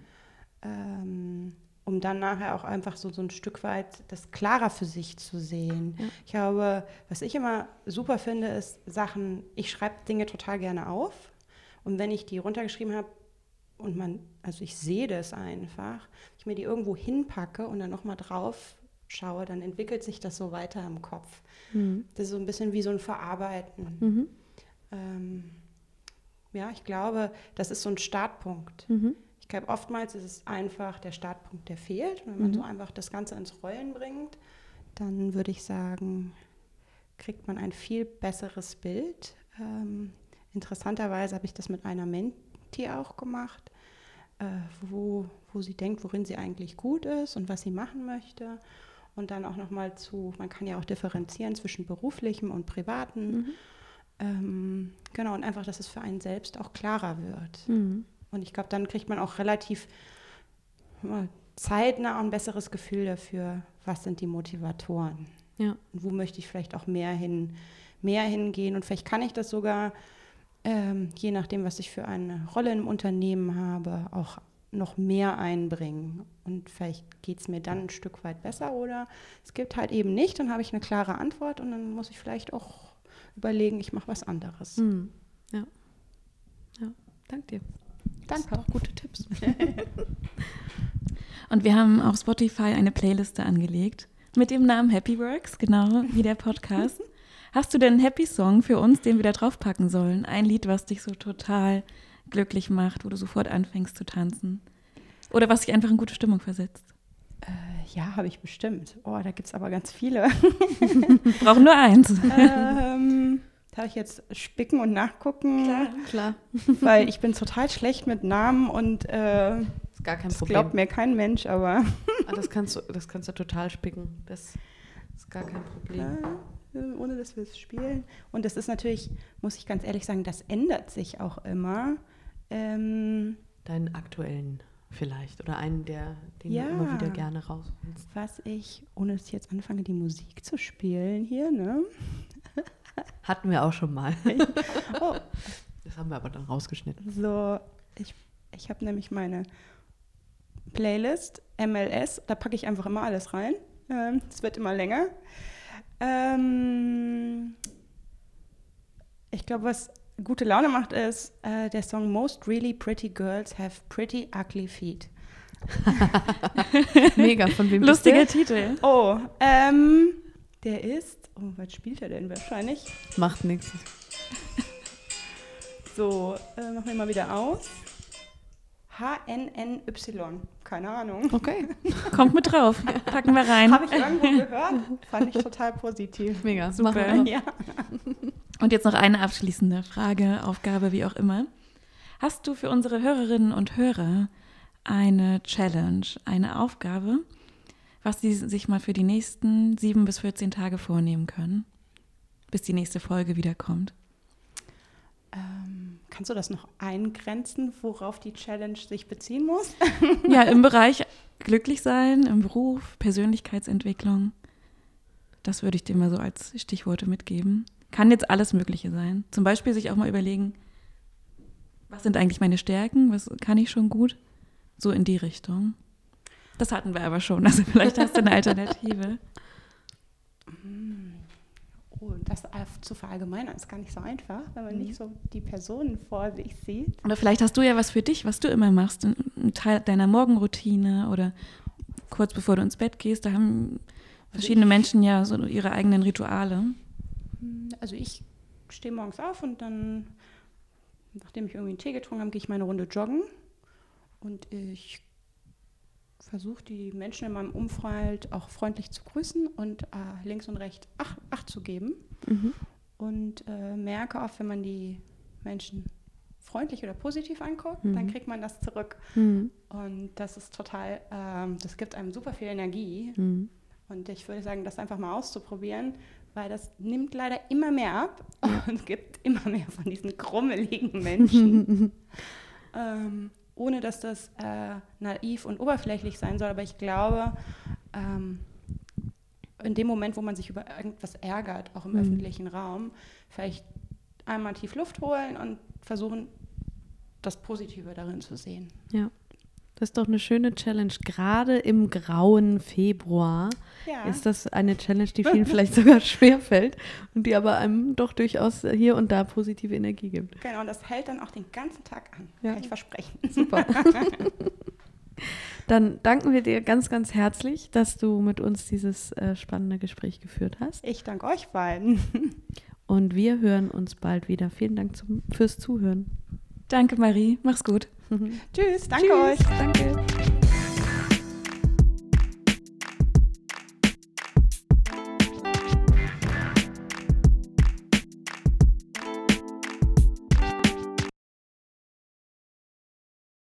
um dann nachher auch einfach so ein Stück weit das klarer für sich zu sehen. Ja. Ich glaube, was ich immer super finde, ist ich schreibe Dinge total gerne auf und wenn ich die runtergeschrieben habe und ich sehe das einfach, ich mir die irgendwo hinpacke und dann nochmal drauf schaue, dann entwickelt sich das so weiter im Kopf. Mhm. Das ist so ein bisschen wie so ein Verarbeiten. Mhm. Ich glaube, das ist so ein Startpunkt. Mhm. Ich glaube, oftmals ist es einfach der Startpunkt, der fehlt. Wenn man so einfach das Ganze ins Rollen bringt, dann würde ich sagen, kriegt man ein viel besseres Bild. Interessanterweise habe ich das mit einer Mentee auch gemacht, wo sie denkt, worin sie eigentlich gut ist und was sie machen möchte. Und dann auch nochmal man kann ja auch differenzieren zwischen beruflichem und privatem. Genau, und einfach, dass es für einen selbst auch klarer wird. Mhm. Und ich glaube, dann kriegt man auch relativ zeitnah ein besseres Gefühl dafür, was sind die Motivatoren. Ja. Und wo möchte ich vielleicht auch mehr hingehen. Und vielleicht kann ich das sogar, je nachdem, was ich für eine Rolle im Unternehmen habe, auch noch mehr einbringen. Und vielleicht geht es mir dann ein Stück weit besser oder es gibt halt eben nicht, dann habe ich eine klare Antwort und dann muss ich vielleicht auch überlegen, ich mache was anderes. Mhm. Ja, danke dir. Danke. Auch gute Tipps. Und wir haben auf Spotify eine Playliste angelegt mit dem Namen Happy Works, genau wie der Podcast. Hast du denn einen Happy Song für uns, den wir da draufpacken sollen? Ein Lied, was dich so total glücklich macht, wo du sofort anfängst zu tanzen? Oder was dich einfach in gute Stimmung versetzt? Ja, habe ich bestimmt. Oh, da gibt es aber ganz viele. Brauchen nur eins. Darf ich jetzt spicken und nachgucken? Klar. Weil ich bin total schlecht mit Namen und ist gar kein Problem. Glaubt mir kein Mensch, aber das kannst du total spicken. Das ist gar kein Problem. Ohne dass wir es spielen. Und das ist natürlich, muss ich ganz ehrlich sagen, das ändert sich auch immer. Deinen aktuellen vielleicht oder einen, den du immer wieder gerne rausholst. Was ich, ohne dass ich jetzt anfange, die Musik zu spielen hier, ne? Hatten wir auch schon mal. Oh. Das haben wir aber dann rausgeschnitten. So, ich habe nämlich meine Playlist, MLS, da packe ich einfach immer alles rein. Es wird immer länger. Ich glaube, was gute Laune macht, ist der Song Most Really Pretty Girls Have Pretty Ugly Feet. Mega, von wem lustiger ist der? Titel. Oh, der ist, was spielt er denn wahrscheinlich? Macht nichts. So, machen wir mal wieder aus. HNNY, keine Ahnung. Okay, kommt mit drauf, packen wir rein. Habe ich irgendwo gehört, fand ich total positiv. Mega, super. Ja. Und jetzt noch eine abschließende Frage, Aufgabe, wie auch immer. Hast du für unsere Hörerinnen und Hörer eine Challenge, eine Aufgabe, was sie sich mal für die nächsten 7 bis 14 Tage vornehmen können, bis die nächste Folge wiederkommt. Kannst du das noch eingrenzen, worauf die Challenge sich beziehen muss? Ja, im Bereich glücklich sein, im Beruf, Persönlichkeitsentwicklung. Das würde ich dir mal so als Stichworte mitgeben. Kann jetzt alles Mögliche sein. Zum Beispiel sich auch mal überlegen, was sind eigentlich meine Stärken, was kann ich schon gut? So in die Richtung. Das hatten wir aber schon, also vielleicht hast du eine Alternative. Oh, das zu verallgemeinern ist gar nicht so einfach, wenn man nicht so die Personen vor sich sieht. Oder vielleicht hast du ja was für dich, was du immer machst, ein Teil deiner Morgenroutine oder kurz bevor du ins Bett gehst, da haben verschiedene Menschen ja so ihre eigenen Rituale. Also ich stehe morgens auf und dann, nachdem ich irgendwie einen Tee getrunken habe, gehe ich meine Runde joggen und ich versuche die Menschen in meinem Umfeld auch freundlich zu grüßen und links und rechts Acht zu geben. Und merke oft, wenn man die Menschen freundlich oder positiv anguckt, dann kriegt man das zurück. Und das ist total, das gibt einem super viel Energie. Und ich würde sagen, das einfach mal auszuprobieren, weil das nimmt leider immer mehr ab und gibt immer mehr von diesen krummeligen Menschen. Ohne dass das naiv und oberflächlich sein soll, aber ich glaube, in dem Moment, wo man sich über irgendwas ärgert, auch im öffentlichen Raum, vielleicht einmal tief Luft holen und versuchen, das Positive darin zu sehen. Ja, das ist doch eine schöne Challenge. Gerade im grauen Februar ist das eine Challenge, die vielen vielleicht sogar schwerfällt und die aber einem doch durchaus hier und da positive Energie gibt. Genau, und das hält dann auch den ganzen Tag an, kann ich versprechen. Super. Dann danken wir dir ganz, ganz herzlich, dass du mit uns dieses spannende Gespräch geführt hast. Ich danke euch beiden. Und wir hören uns bald wieder. Vielen Dank fürs Zuhören. Danke, Marie. Mach's gut. Tschüss, danke euch. Danke.